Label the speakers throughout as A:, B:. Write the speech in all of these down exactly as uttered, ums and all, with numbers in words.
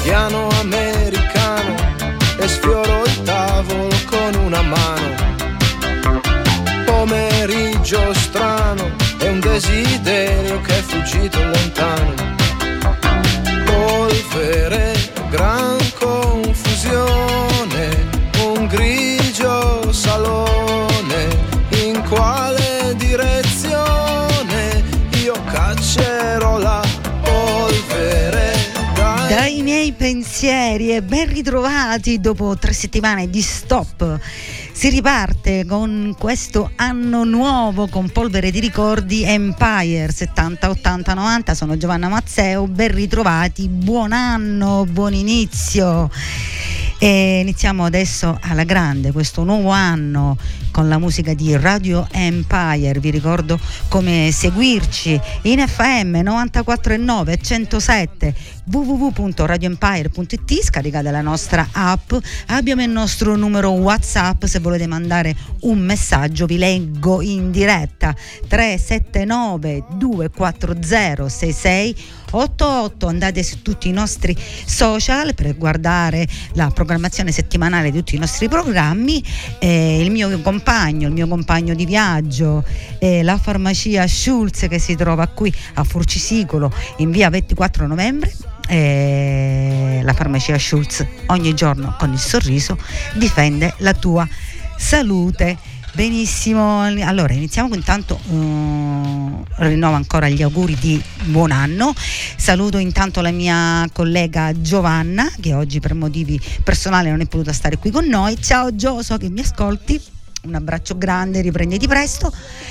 A: piano americano e sfioro il tavolo con una mano. Pomeriggio strano, è un desiderio che è fuggito lontano. Polvere, gran confusione, un grigio salone, in quale direzione io caccerò la polvere dai,
B: dai miei pensieri. E ben ritrovati dopo tre settimane di stop. Si riparte con questo anno nuovo con Polvere di ricordi Empire settanta, ottanta, novanta. Sono Giovanna Mazzeo, ben ritrovati, buon anno, buon inizio. E iniziamo adesso alla grande questo nuovo anno con la musica di Radio Empire. Vi ricordo come seguirci in F M novantaquattro e nove, centosette, w w w punto radio empire punto i t. Scaricate la nostra app, abbiamo il nostro numero WhatsApp, se volete mandare un messaggio vi leggo in diretta: tre sette nove due quattro zero sei sei otto otto. Andate su tutti i nostri social per guardare la programmazione settimanale di tutti i nostri programmi. Eh, il mio compagno, il mio compagno di viaggio, eh, la farmacia Schulz, che si trova qui a Forcisicolo in via ventiquattro novembre. Eh, la farmacia Schulz ogni giorno con il sorriso difende la tua salute. Benissimo, allora iniziamo. Intanto uh, rinnovo ancora gli auguri di buon anno. Saluto intanto la mia collega Giovanna, che oggi per motivi personali non è potuta stare qui con noi. Ciao Gio, so che mi ascolti, un abbraccio grande, riprenditi presto.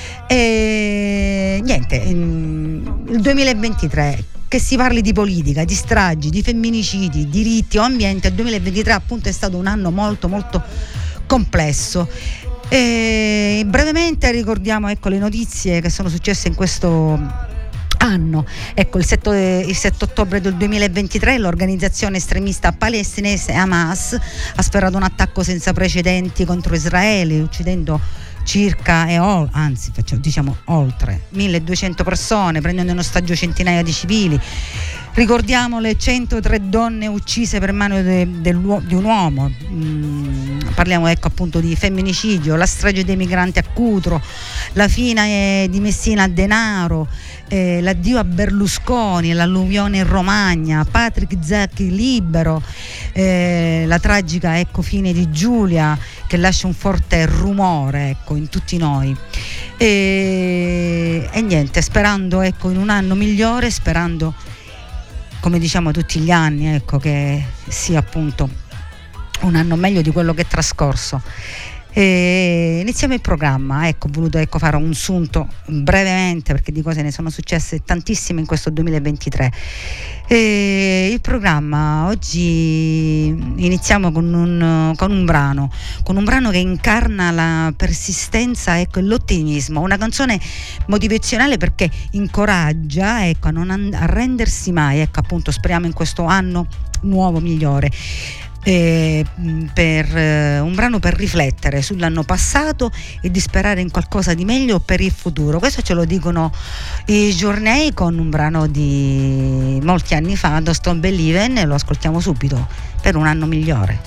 B: E niente, il duemilaventitré, che si parli di politica, di stragi, di femminicidi, diritti o ambiente, il duemilaventitré appunto è stato un anno molto molto complesso. E brevemente ricordiamo, ecco, le notizie che sono successe in questo anno. Ecco, il sette, il sette ottobre del duemilaventitré l'organizzazione estremista palestinese Hamas ha sperato un attacco senza precedenti contro Israele, uccidendo circa e ol, anzi facciamo, diciamo oltre milleduecento persone, prendendo in ostaggio centinaia di civili. Ricordiamo le centotré donne uccise per mano de, de, di un uomo. Mm, parliamo ecco appunto di femminicidio, la strage dei migranti a Cutro, la fine di Messina a Denaro, eh, l'addio a Berlusconi, l'alluvione in Romagna, Patrick Zaki libero, eh, la tragica ecco fine di Giulia, che lascia un forte rumore ecco in tutti noi. E, e niente, sperando ecco in un anno migliore, sperando, come diciamo tutti gli anni, ecco, che sia appunto un anno meglio di quello che è trascorso. E iniziamo il programma. Ecco, ho voluto ecco fare un sunto brevemente, perché di cose ne sono successe tantissime in questo duemilaventitré. E il programma oggi iniziamo con un, con un brano con un brano che incarna la persistenza ecco, e l'ottimismo, una canzone motivazionale perché incoraggia ecco, a non arrendersi mai, ecco appunto speriamo in questo anno nuovo migliore. Eh, per eh, un brano per riflettere sull'anno passato e di sperare in qualcosa di meglio per il futuro. Questo ce lo dicono i Journey con un brano di molti anni fa, Don't Stop Believin', e lo ascoltiamo subito, Per un anno migliore.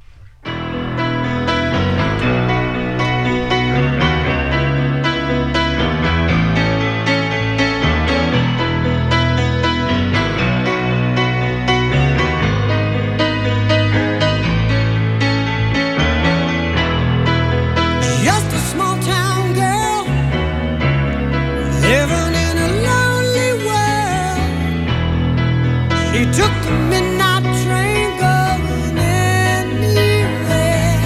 C: Living in a lonely world, she took the midnight train going anywhere.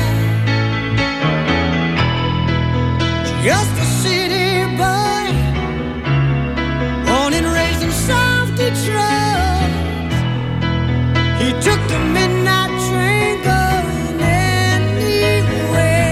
C: Just a city boy, born and raised in South Detroit. He took the midnight train going anywhere.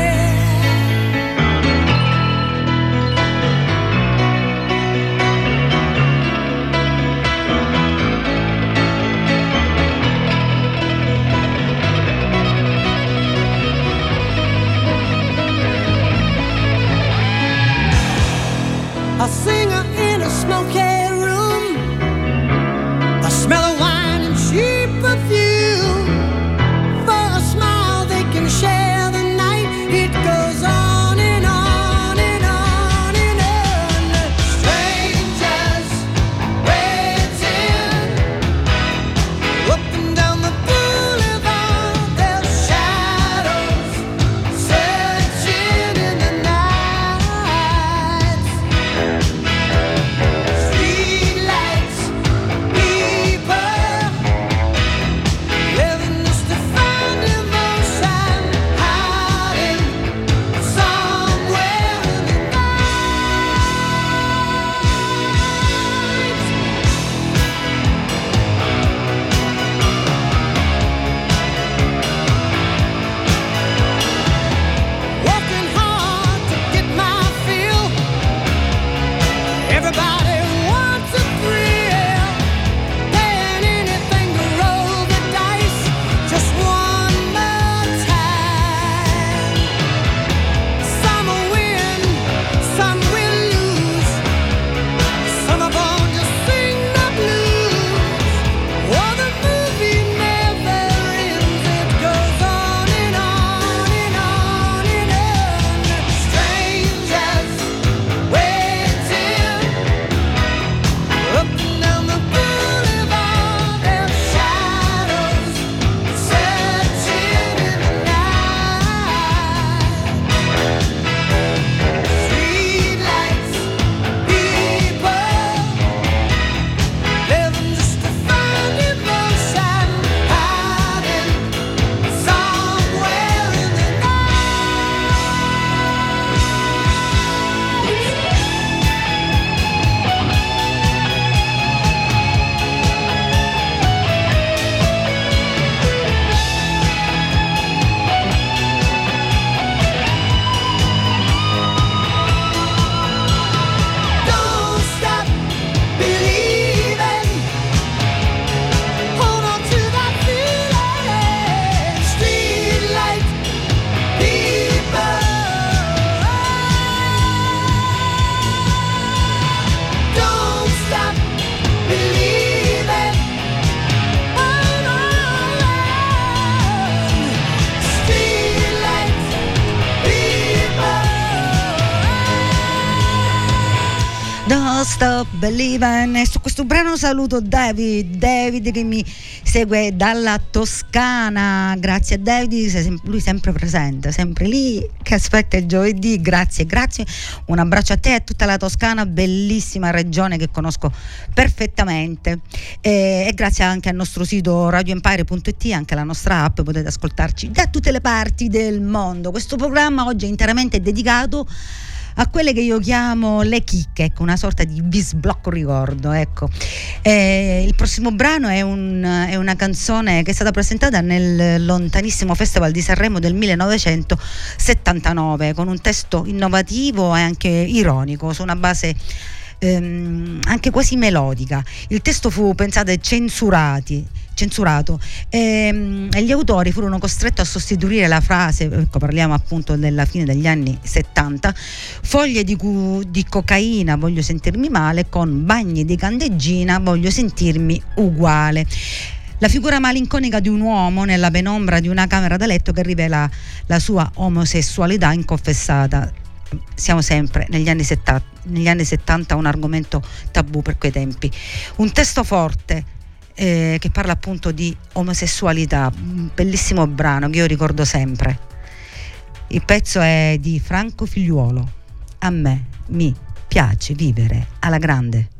C: A singer in a smoky room, the smell of wine and cheap perfume.
B: Stop Believing. E su questo brano saluto David, David che mi segue dalla Toscana. Grazie a David, lui sempre presente, sempre lì che aspetta il giovedì. Grazie, grazie. Un abbraccio a te e a tutta la Toscana, bellissima regione che conosco perfettamente. E, e grazie anche al nostro sito radio empire punto it, anche alla nostra app, potete ascoltarci da tutte le parti del mondo. Questo programma oggi è interamente dedicato a quelle che io chiamo le chicche, ecco, una sorta di bisblocco ricordo, ecco. Eh, il prossimo brano è, un, è una canzone che è stata presentata nel lontanissimo Festival di Sanremo del millenovecentosettantanove, con un testo innovativo e anche ironico, su una base ehm, anche quasi melodica. Il testo fu pensato e censurati censurato e, e gli autori furono costretti a sostituire la frase, ecco, parliamo appunto della fine degli anni settanta, foglie di, cu- di cocaina voglio sentirmi male, con bagni di candeggina voglio sentirmi uguale. La figura malinconica di un uomo nella penombra di una camera da letto che rivela la sua omosessualità inconfessata. Siamo sempre negli anni settanta, negli anni settanta, un argomento tabù per quei tempi. Un testo forte Eh, che parla appunto di omosessualità, un bellissimo brano che io ricordo sempre. Il pezzo è di Franco Figliuolo. A me mi piace vivere alla grande.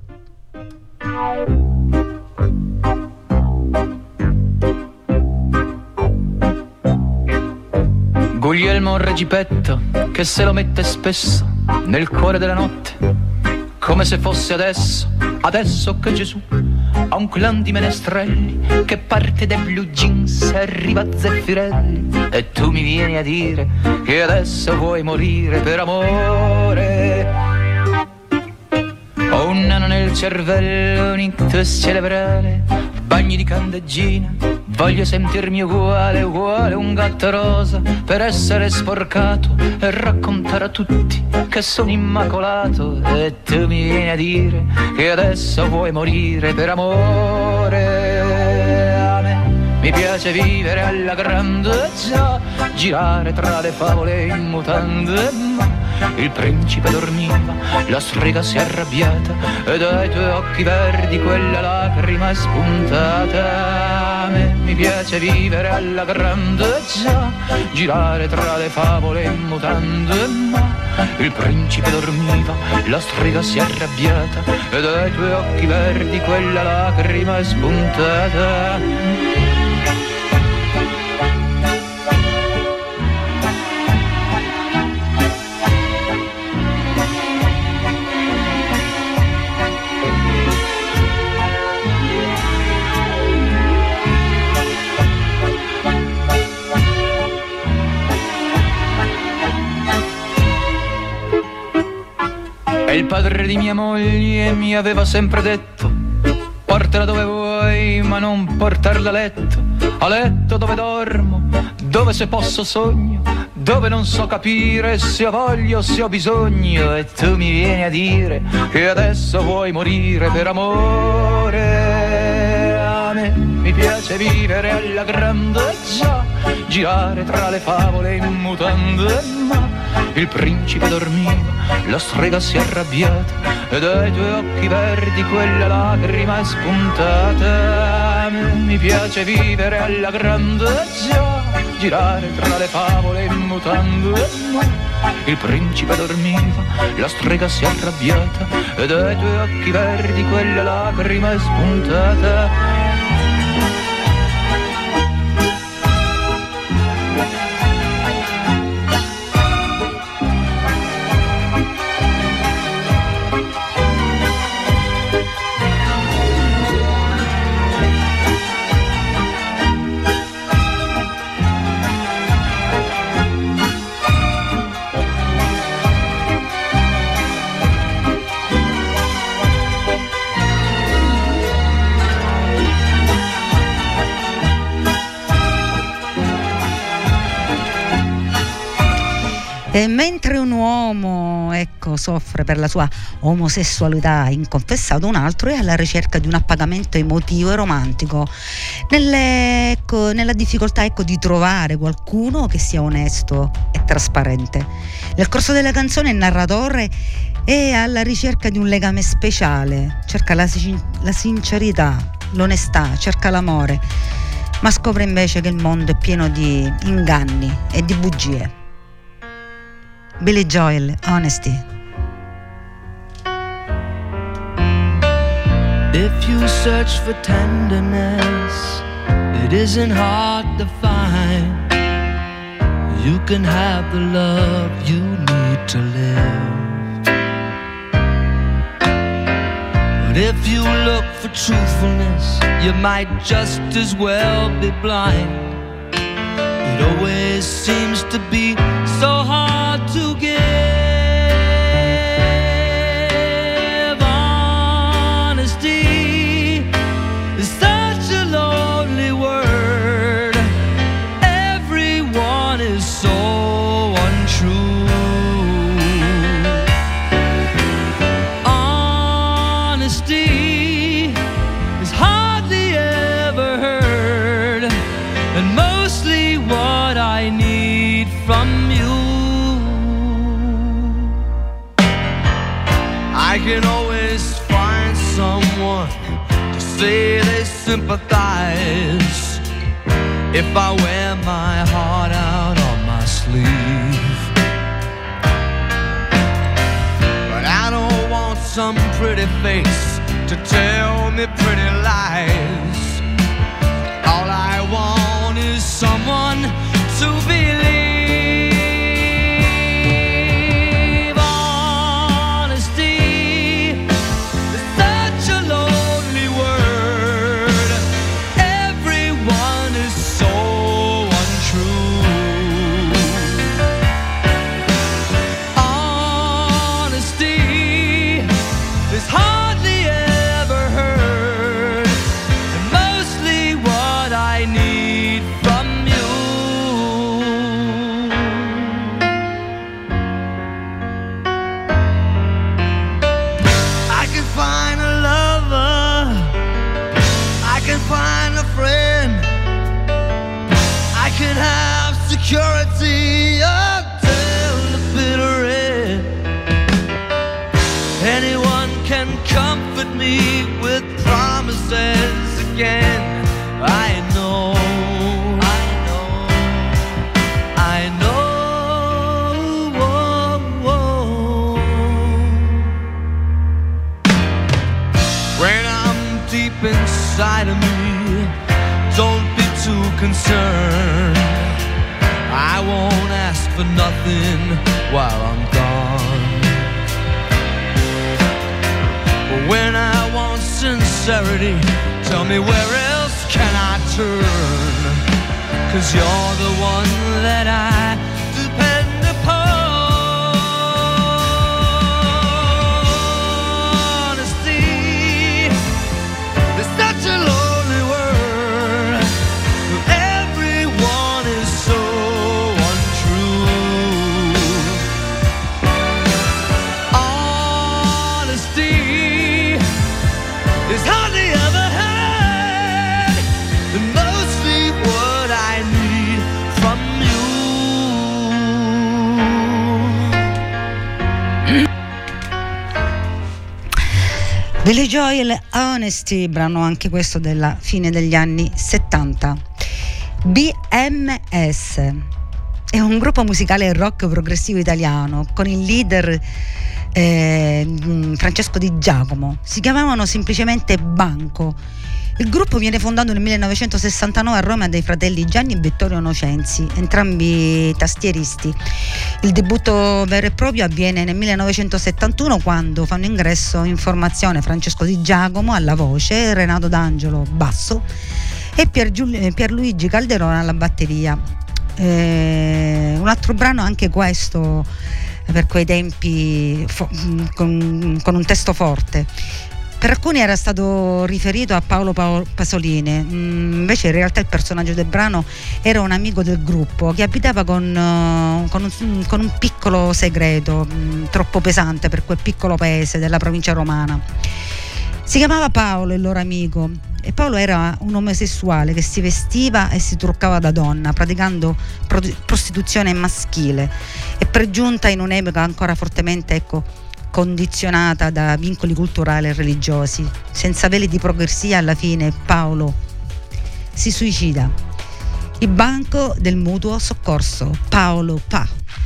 D: Guglielmo Regipetto che se lo mette spesso nel cuore della notte, come se fosse adesso, adesso che Gesù ha un clan di menestrelli che parte dai blue jeans e arriva a Zeffirelli, e tu mi vieni a dire che adesso vuoi morire per amore. Ho un nano nel cervello, un ictus cerebrale, bagni di candeggina, voglio sentirmi uguale, uguale un gatto rosa, per essere sporcato e raccontare a tutti che sono immacolato, e tu mi vieni a dire che adesso vuoi morire per amore. A me mi piace vivere alla grande, già, girare tra le favole in mutande, ma il principe dormiva, la strega si è arrabbiata, e dai tuoi occhi verdi quella lacrima è spuntata. A me mi piace vivere alla grande, già, girare tra le favole in mutande, ma il principe dormiva, la strega si è arrabbiata, e dai tuoi occhi verdi quella lacrima è spuntata. E il padre di mia moglie mi aveva sempre detto: portala dove vuoi, ma non portarla a letto. A letto dove dormo, dove se posso sogno, dove non so capire se ho voglia o se ho bisogno. E tu mi vieni a dire che adesso vuoi morire per amore. A me mi piace vivere alla grande, già, girare tra le favole in mutande, ma il principe dormiva, la strega si è arrabbiata, e dai tuoi occhi verdi quella lacrima è spuntata. A me mi piace vivere alla grande, già, girare tra le favole in mutande, ma il principe dormiva, la strega si è arrabbiata, e dai tuoi occhi verdi quella lacrima è spuntata.
B: E mentre un uomo, ecco, soffre per la sua omosessualità inconfessata, un altro è alla ricerca di un appagamento emotivo e romantico, nelle, ecco, nella difficoltà, ecco, di trovare qualcuno che sia onesto e trasparente. Nel corso della canzone il narratore è alla ricerca di un legame speciale, cerca la, la sincerità, l'onestà, cerca l'amore, ma scopre invece che il mondo è pieno di inganni e di bugie. Billy Joel, Honesty.
A: If you search for tenderness, it isn't hard to find. You can have the love you need to live. But if you look for truthfulness, you might just as well be blind. It always seems to be so hard to give. Honesty is such a lonely word. Everyone is so untrue. Honesty is hardly ever heard, and mostly what I need from you. I can always find someone to say they sympathize if I wear my heart out on my sleeve. But I don't want some pretty face to tell me pretty lies. All I want is someone to believe. Honesty is such a lonely word. Everyone is so untrue. Honesty is hardly ever heard, and mostly what I need from you. I can find a lover, I can find a friend, I can have security until the bitter end. Anyone can comfort me with promises again. I know, I know, I know. Whoa, whoa. When I'm deep inside of me, don't be too concerned. I won't ask for nothing while I'm gone. But when I want sincerity, tell me where else can I turn? 'Cause you're the one that I depend upon. Honesty is such a lonely word. Everyone is so untrue. Honesty is hardly ever heard, and mostly what I need from you.
B: Billy Joel, Honesty, brano anche questo della fine degli anni settanta. B M S è un gruppo musicale rock progressivo italiano con il leader eh, Francesco Di Giacomo. Si chiamavano semplicemente Banco. Il gruppo viene fondato nel millenovecentosessantanove a Roma dai fratelli Gianni e Vittorio Nocenzi, entrambi tastieristi. Il debutto vero e proprio avviene nel millenovecentosettantuno, quando fanno ingresso in formazione Francesco Di Giacomo alla voce, Renato D'Angelo basso e Piergiul- Pierluigi Calderone alla batteria. Eh, un altro brano anche questo per quei tempi fo- con, con un testo forte. Per alcuni era stato riferito a Paolo Paolo Pasolini, mm, invece in realtà il personaggio del brano era un amico del gruppo che abitava con, uh, con, un, con un piccolo segreto mm, troppo pesante per quel piccolo paese della provincia romana. Si chiamava Paolo, il loro amico, e Paolo era un omosessuale che si vestiva e si truccava da donna, praticando pro- prostituzione maschile, e per giunta in un'epoca ancora fortemente ecco condizionata da vincoli culturali e religiosi. Senza veli di progressia, alla fine Paolo si suicida. Il banco del mutuo soccorso, Paolo Pa.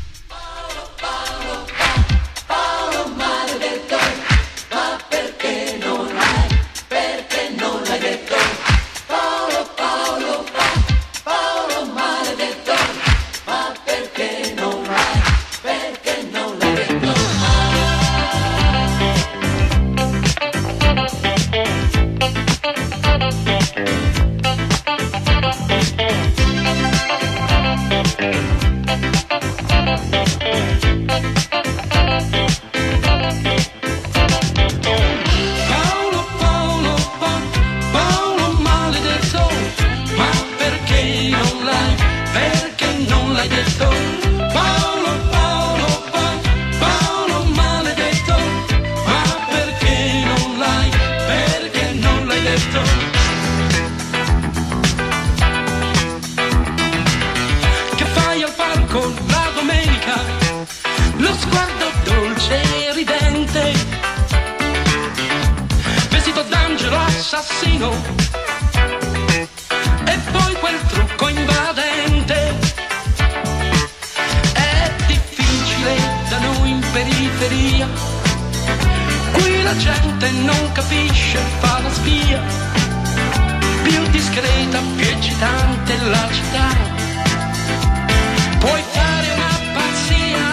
E: Assassino e poi quel trucco invadente. È difficile da noi in periferia, qui la gente non capisce, fa la spia. Più discreta, più eccitante la città, puoi fare una pazzia.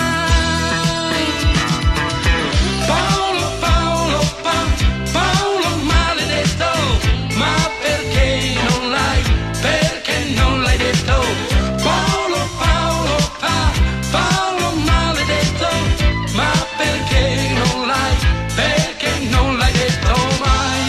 E: Paolo, Paolo, pa, Paolo maledetto, ma perché non l'hai, perché non l'hai detto? Paolo, Paolo, pa, Paolo maledetto, ma perché non l'hai, perché non l'hai detto mai?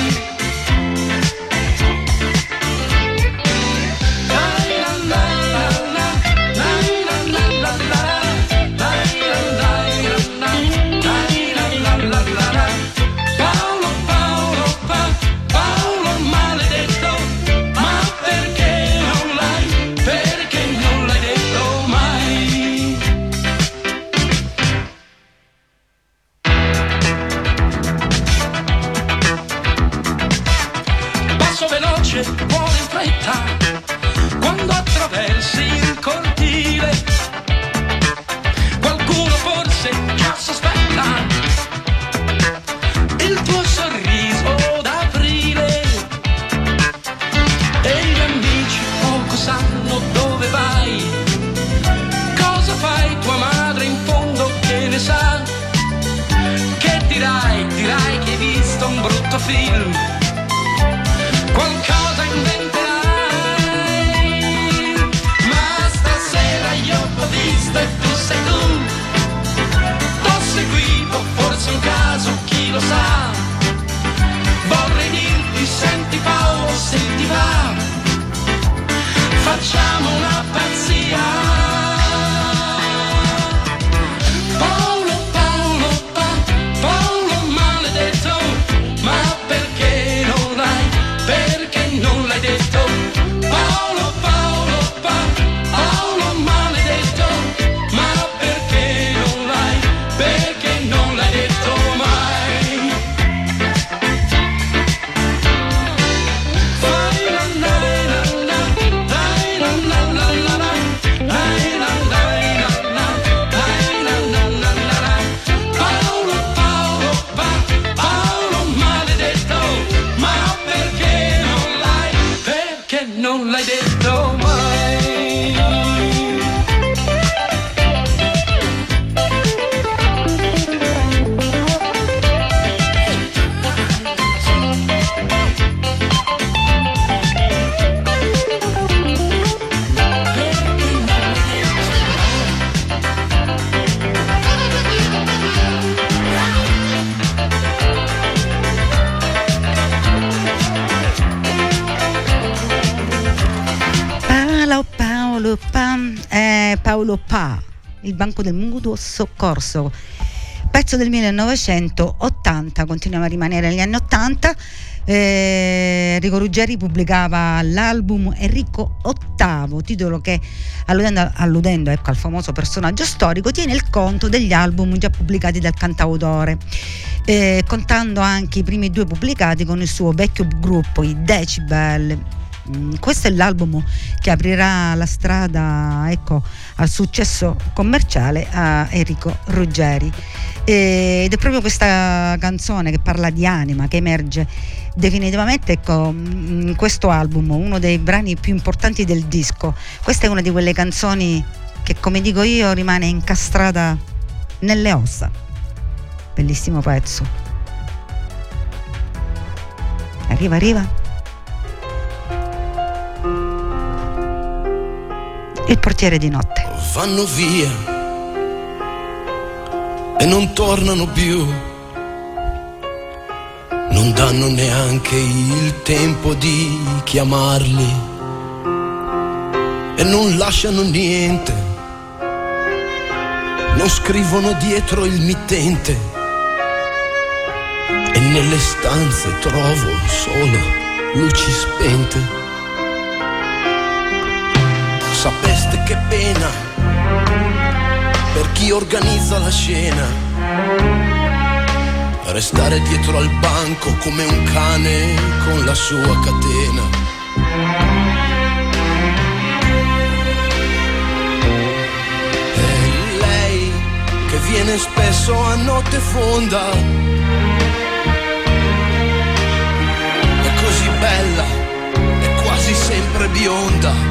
E: Dai, la, la, la, la, dai, la, la, la, la, dai, la, dai, la, la, dai, la, la, la, la, la. Paolo, Paolo, pa, Paolo maledetto, ma perché non l'hai, perché non l'hai detto mai? Passo veloce, vuole in fretta, quando attraversi il cortile, qualcuno forse già sospetta il tuo sorriso d'aprile, e gli amici poco sanno dove vai, cosa fai, tua madre in fondo che ne sa, che dirai, dirai che hai visto un brutto film, qualcosa inventerai, ma stasera io t'ho visto e tu sei tu, t'ho seguito, forse un caso, chi lo sa, vorrei dirti, senti Paolo, se ti va, facciamo una pazzia. Paolo, Paolo, pa, Paolo maledetto, ma perché non l'hai, perché non l'hai detto? Paolo, Paolo, pa, Paolo maledetto, ma perché non l'hai, perché non l'hai detto mai? Fai la la la la, dai la la la la la, dai la dai la la, dai la la la la la. Paolo, Paolo, pa, Paolo maledetto, ma perché non l'hai, perché non l'hai detto mai?
B: Paolo, Paolo Pa, eh, Paolo Pa, il banco del mutuo soccorso, pezzo del millenovecentottanta. Continuiamo a rimanere negli anni ottanta Eh, Enrico Ruggeri pubblicava l'album Enrico ottavo, titolo che, alludendo, alludendo ecco, al famoso personaggio storico, tiene il conto degli album già pubblicati dal cantautore, eh, contando anche i primi due pubblicati con il suo vecchio gruppo, i Decibel. Mm, questo è l'album che aprirà la strada, ecco, al successo commerciale a Enrico Ruggeri. Ed è proprio questa canzone che parla di anima che emerge definitivamente, ecco, in questo album, uno dei brani più importanti del disco. Questa è una di quelle canzoni che, come dico io, rimane incastrata nelle ossa. Bellissimo pezzo. Arriva, arriva. Il portiere di notte.
C: Vanno via e non tornano più, non danno neanche il tempo di chiamarli e non lasciano niente, non scrivono dietro il mittente e nelle stanze trovo solo luci spente. Sapeste che pena per chi organizza la scena, restare dietro al banco come un cane con la sua catena. E lei che viene spesso a notte fonda, è così bella, è quasi sempre bionda.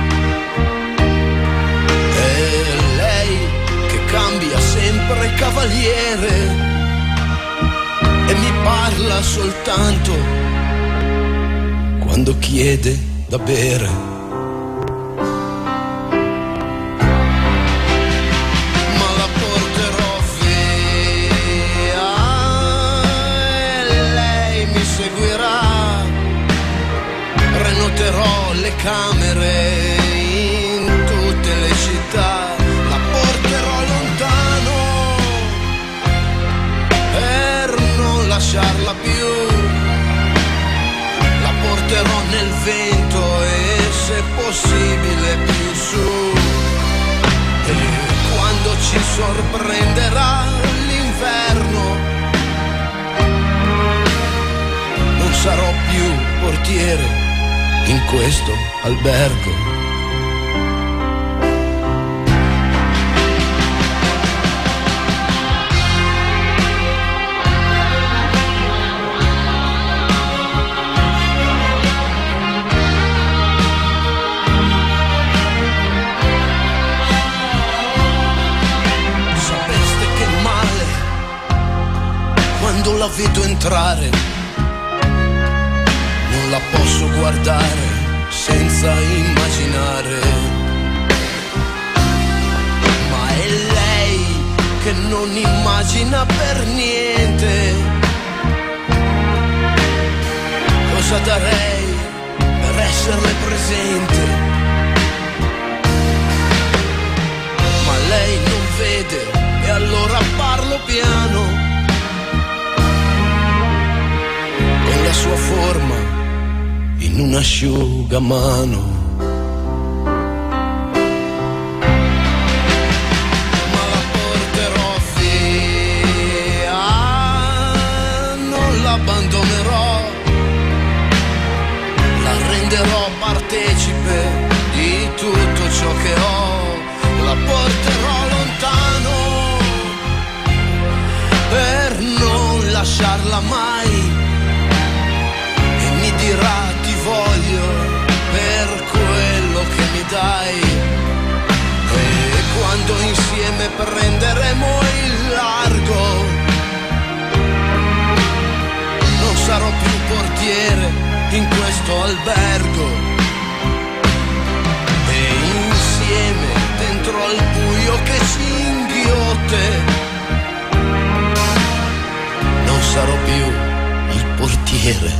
C: Cambia sempre cavaliere e mi parla soltanto quando chiede da bere. Ma la porterò via e lei mi seguirà, prenoterò le camere in tutte le città. Lasciarla più, la porterò nel vento e se possibile più su, e quando ci sorprenderà l'inverno non sarò più portiere in questo albergo. La vedo entrare, non la posso guardare senza immaginare, ma è lei che non immagina per niente. Cosa darei per esserle presente, ma lei non vede e allora parlo piano. La sua forma in un asciugamano, ma la porterò via, non l'abbandonerò, la renderò partecipe di tutto ciò che ho, la porterò lontano per non lasciarla mai. Dirà ti voglio per quello che mi dai, e quando insieme prenderemo il largo non sarò più portiere in questo albergo, e insieme dentro al buio che ci inghiotte non sarò più il portiere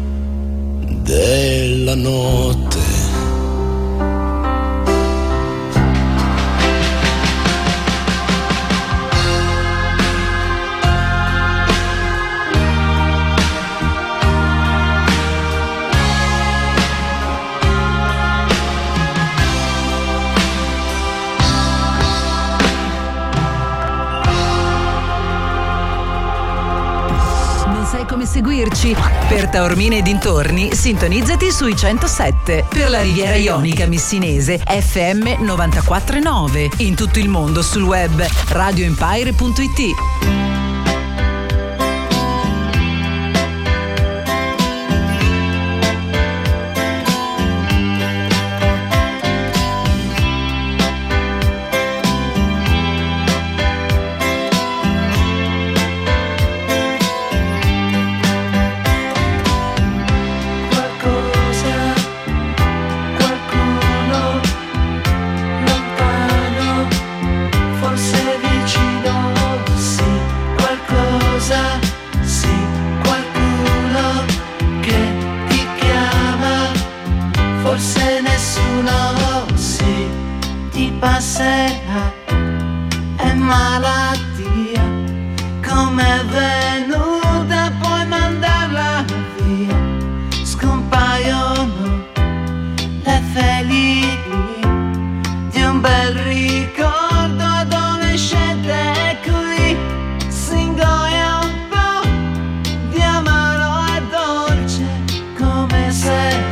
C: della notte.
F: seguirci. Per Taormina e dintorni, sintonizzati sui centosette. Per la Riviera Ionica Messinese, F M novantaquattro virgola nove. In tutto il mondo sul web, radio empire punto it.
G: Passerà, è malattia, come è venuta puoi mandarla via. Scompaiono le feli di un bel ricordo adolescente e qui si ingoia un po' di amaro e dolce come se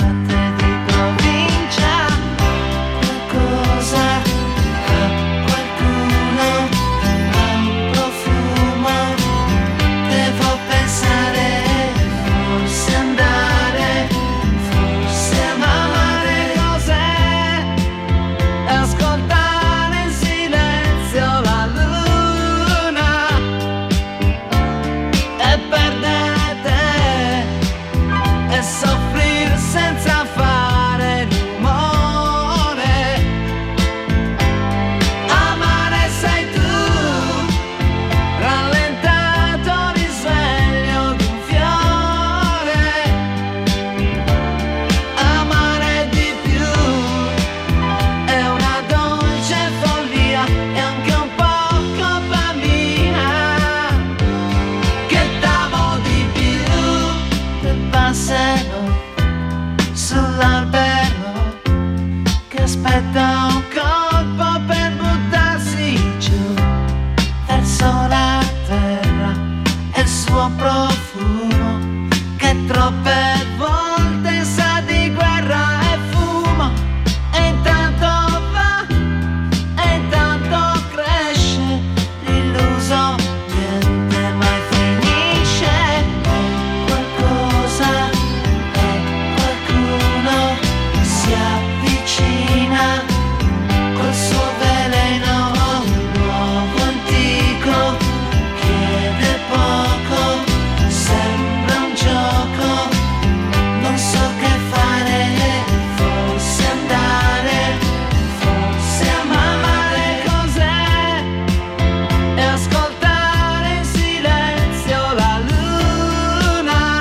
G: aspetta un colpo per buttarsi giù verso la terra e il suo profumo che troppe volte sa di guerra e fumo e intanto va e intanto cresce l'illuso, niente mai finisce. Qualcosa e qualcuno si avvicina col suo veleno nuovo antico, chiede poco, sembra un gioco, non so che fare, forse andare, forse amare cos'è e ascoltare in silenzio la luna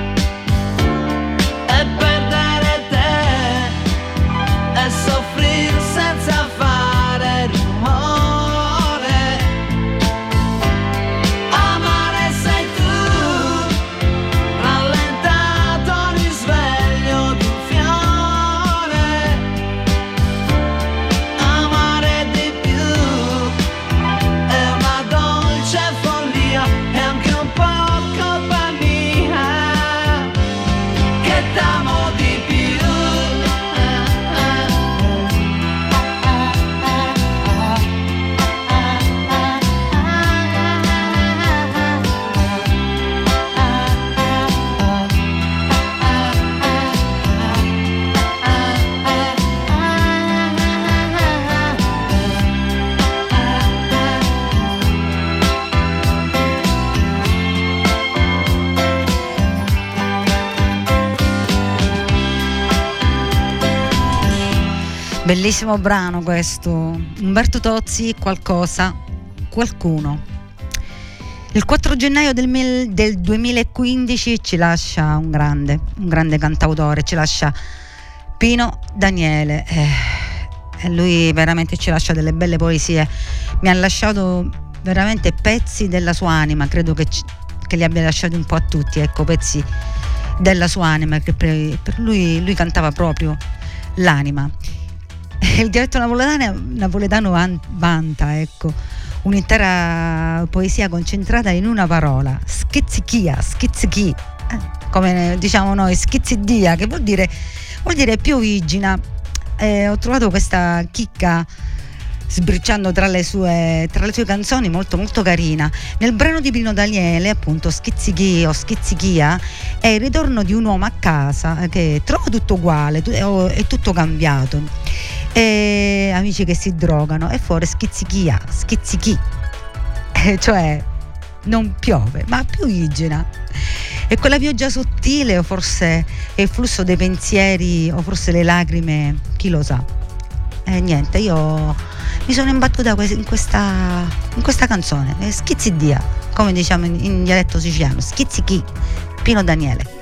G: e perdere te e soffrire senza fare rumore. Amare sei tu, rallentato risveglio di un fiore. Amare di più è una dolce follia e anche un po' colpa mia che t'amo di più.
B: Bellissimo brano questo, Umberto Tozzi, Qualcosa, Qualcuno. Il quattro gennaio del, mil, del duemilaquindici ci lascia un grande, un grande cantautore, ci lascia Pino Daniele. Eh, e lui veramente ci lascia delle belle poesie, mi ha lasciato veramente pezzi della sua anima, credo che, ci, che li abbia lasciati un po' a tutti, ecco, pezzi della sua anima, che per, per lui, lui cantava proprio l'anima. Il dialetto napoletano, napoletano vanta, ecco, un'intera poesia concentrata in una parola, schizzichia, schizzichi, eh, come diciamo noi, schizzidia, che vuol dire, vuol dire piovigina. Eh, ho trovato questa chicca sbriciando tra le sue tra le sue canzoni, molto molto carina. Nel brano di Pino Daniele, appunto, Schizzichi o Schizzichia, è il ritorno di un uomo a casa che trova tutto uguale, è tutto cambiato, e amici che si drogano, e fuori schizzichia, schizzichi, eh, cioè non piove ma piovigina. E quella pioggia sottile, o forse è il flusso dei pensieri, o forse le lacrime, chi lo sa. E niente, io mi sono imbattuta in questa, in questa canzone, schizzidia, come diciamo in, in dialetto siciliano, schizzichi, Pino Daniele.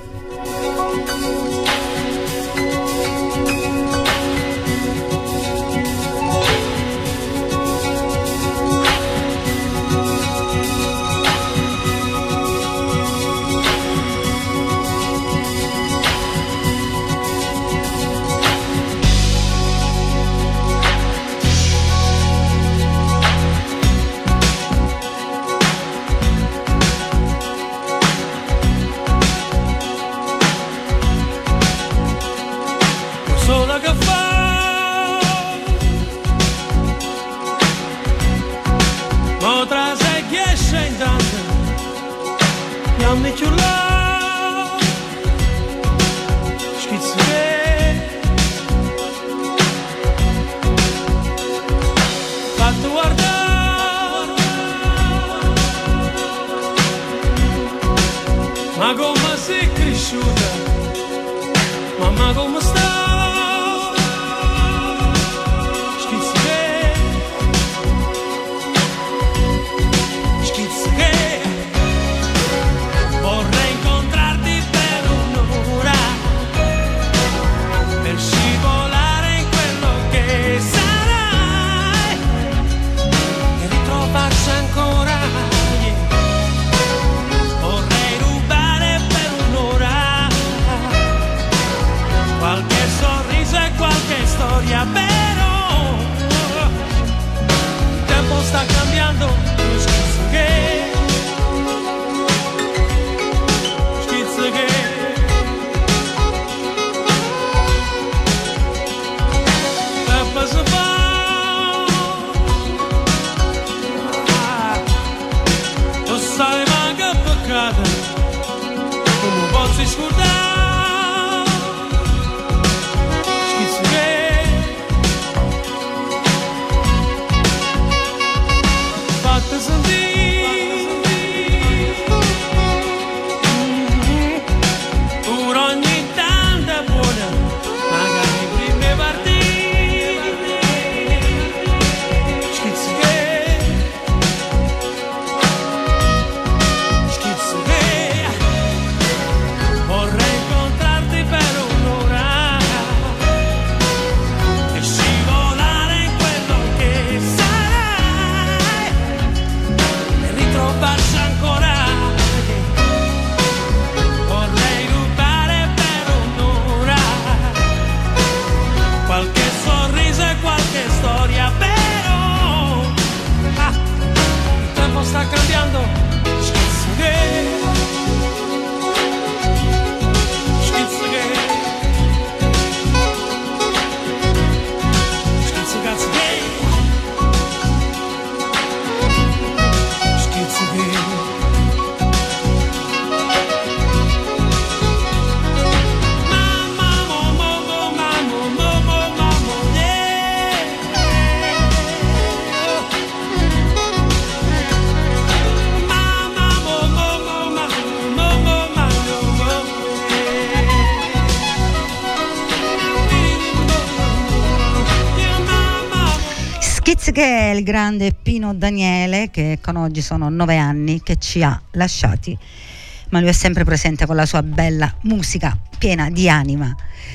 B: Che è il grande Pino Daniele, che con oggi sono nove anni che ci ha lasciati, ma lui è sempre presente con la sua bella musica piena di anima.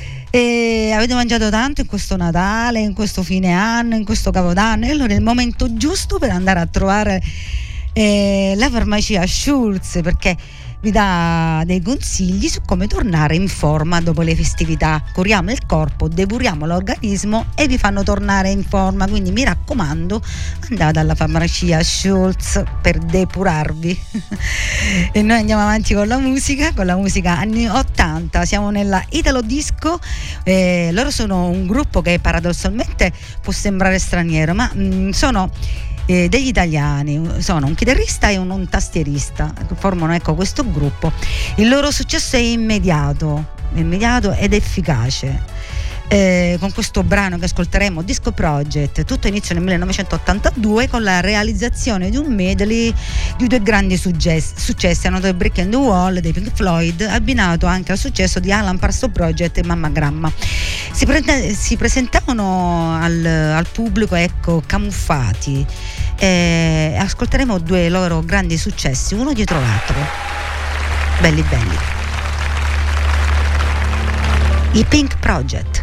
B: E avete mangiato tanto in questo Natale, in questo fine anno, in questo Capodanno, e allora è il momento giusto per andare a trovare eh, la farmacia Schulz, perché vi dà dei consigli su come tornare in forma dopo le festività. Curiamo il corpo, depuriamo l'organismo e vi fanno tornare in forma, quindi mi raccomando, andate alla farmacia Schultz per depurarvi. E noi andiamo avanti con la musica, con la musica anni ottanta, siamo nella Italo Disco. Eh, loro sono un gruppo che paradossalmente può sembrare straniero, ma mh, sono Eh, degli italiani, sono un chitarrista e un, un tastierista che formano, ecco, questo gruppo. Il loro successo è immediato, immediato ed efficace. Eh, con questo brano che ascolteremo, Disco Project, tutto inizia nel millenovecentottantadue con la realizzazione di un medley di due grandi successi, successi hanno dato Brick and the Wall dei Pink Floyd, abbinato anche al successo di Alan Parsons Project e Mamma Gramma. Si, pre- si presentavano al, al pubblico, ecco, camuffati. Eh, ascolteremo due loro grandi successi, uno dietro l'altro, belli belli. I Pink Project.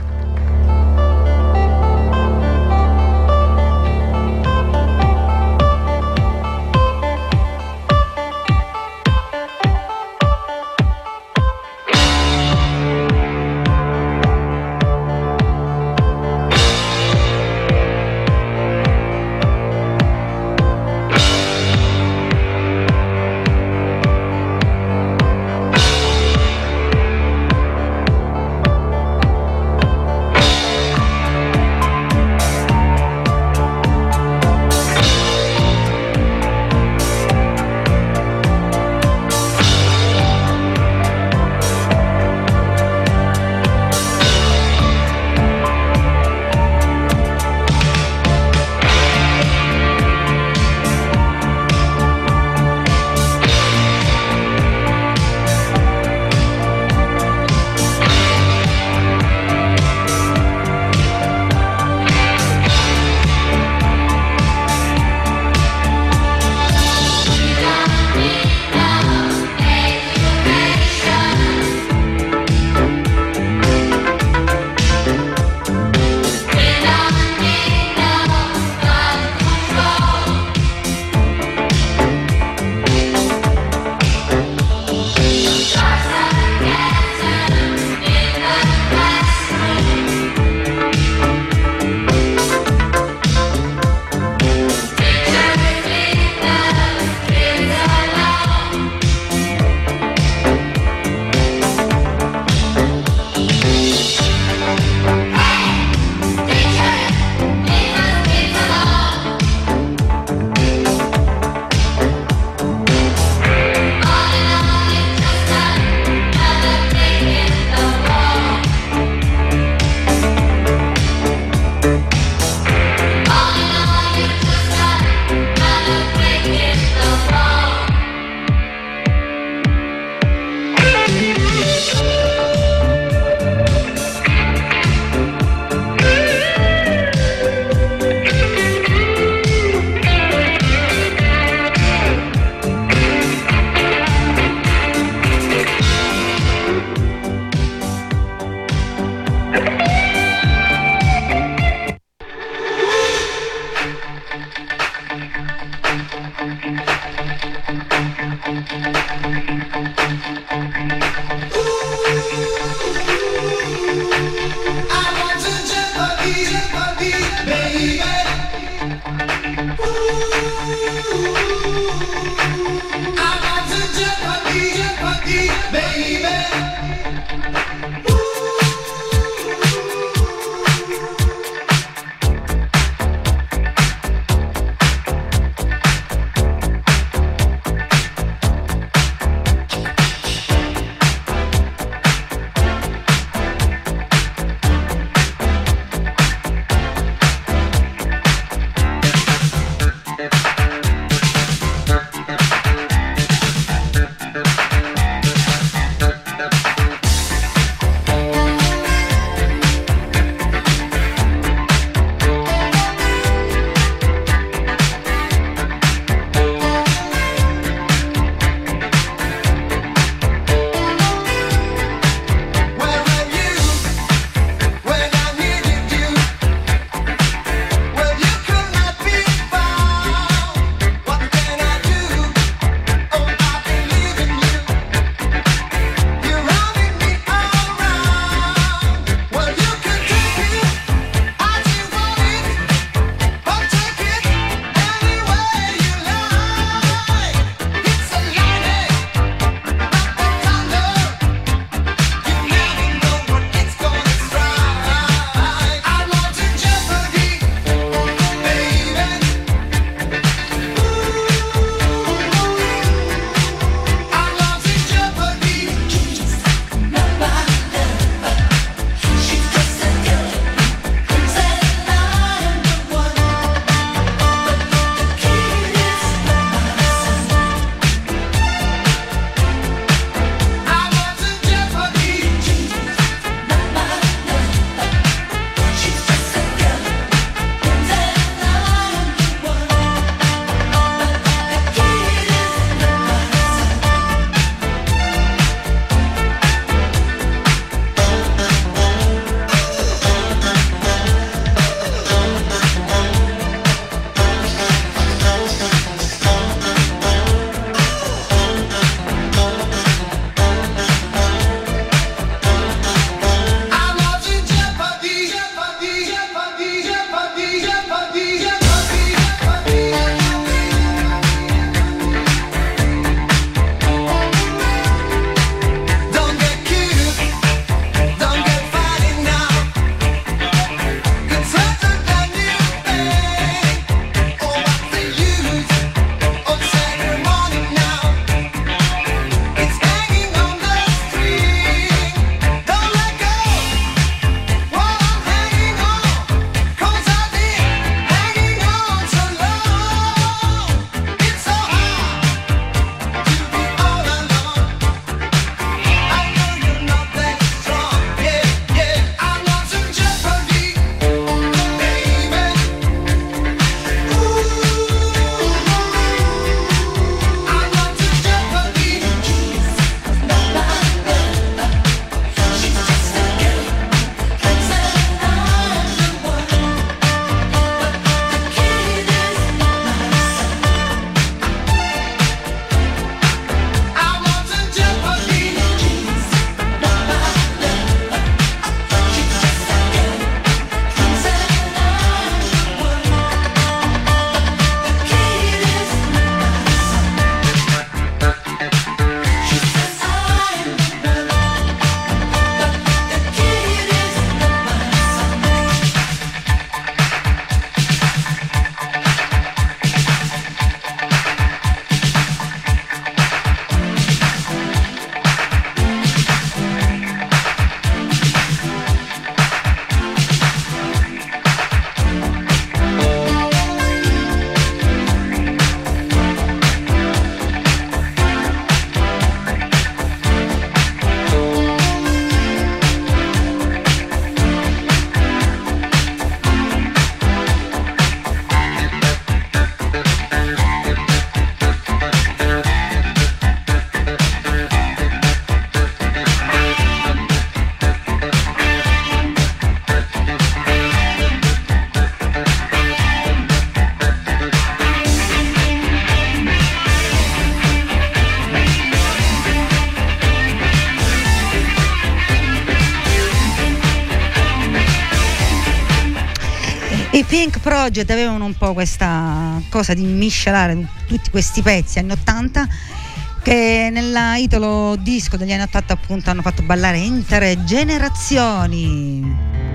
B: I Pink Project avevano un po' questa cosa di miscelare tutti questi pezzi anni ottanta che nella Italo disco degli anni ottanta appunto hanno fatto ballare intere generazioni.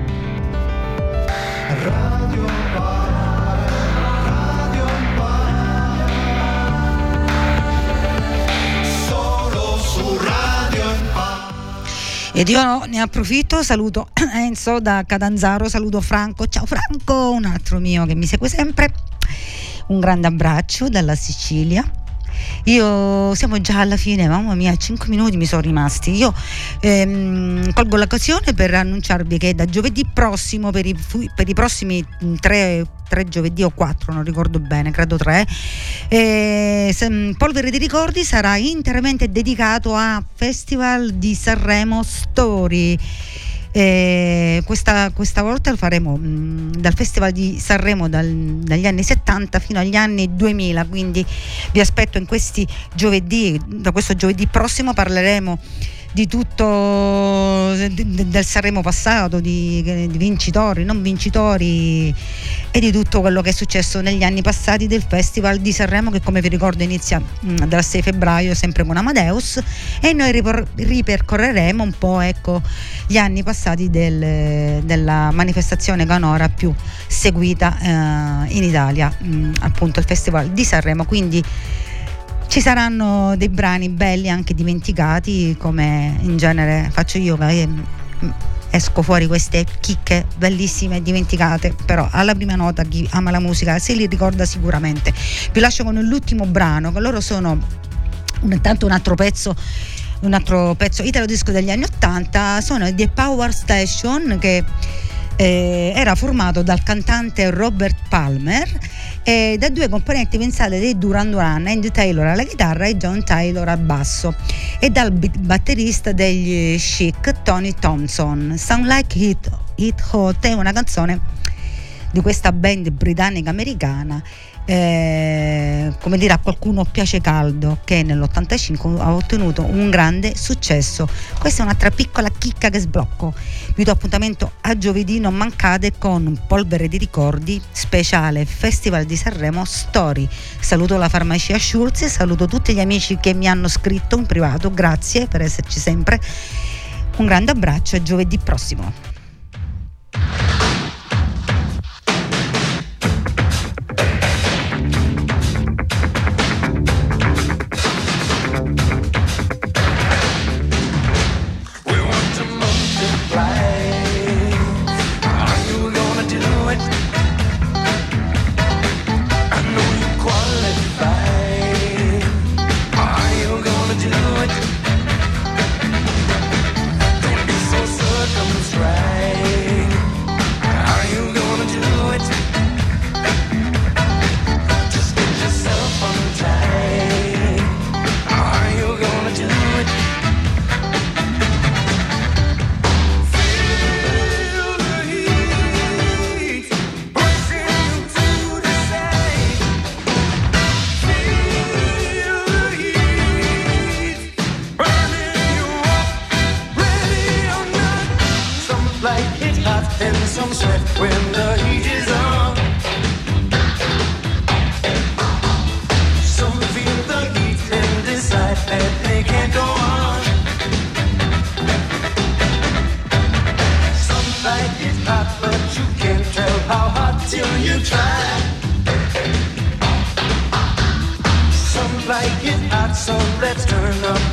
H: Radio Radio solo su Radio
B: Ed io ne approfitto, saluto Enzo da Catanzaro, saluto Franco, ciao Franco, un altro mio che mi segue sempre, un grande abbraccio dalla Sicilia. Io siamo già alla fine, mamma mia, cinque minuti mi sono rimasti. Io ehm, colgo l'occasione per annunciarvi che da giovedì prossimo, per i, per i prossimi tre, tre giovedì o quattro, non ricordo bene, credo tre, eh, Polvere di Ricordi sarà interamente dedicato a Festival di Sanremo Story. Eh, questa, questa volta lo faremo mh, dal Festival di Sanremo dal, dagli anni settanta fino agli anni duemila, quindi vi aspetto in questi giovedì. Da questo giovedì prossimo parleremo di tutto, del Sanremo passato, di, di vincitori, non vincitori, e di tutto quello che è successo negli anni passati del Festival di Sanremo, che come vi ricordo inizia mh, dal sei febbraio sempre con Amadeus, e noi ripor- ripercorreremo un po', ecco, gli anni passati del, della manifestazione canora più seguita eh, in Italia, mh, appunto il Festival di Sanremo. Quindi ci saranno dei brani belli anche dimenticati, come in genere faccio io, che esco fuori queste chicche bellissime dimenticate, però alla prima nota chi ama la musica se li ricorda sicuramente. Vi lascio con l'ultimo brano, che loro sono un, intanto un altro pezzo un altro pezzo italo disco degli anni ottanta, sono The Power Station, che eh, era formato dal cantante Robert Palmer e da due componenti, pensate, dei Duran Duran, Andy Taylor alla chitarra e John Taylor al basso, e dal batterista degli Chic Tony Thompson. Sound Like It, It Hot è una canzone di questa band britannica americana, eh, come dire, a qualcuno piace caldo, che nell'ottantacinque ha ottenuto un grande successo. Questa è un'altra piccola chicca che sblocco. Vi do appuntamento a giovedì, non mancate, con Polvere di Ricordi speciale Festival di Sanremo Story. Saluto la farmacia Schulz, saluto tutti gli amici che mi hanno scritto in privato, grazie per esserci sempre, un grande abbraccio, a giovedì prossimo.
G: Like it hot, so let's turn up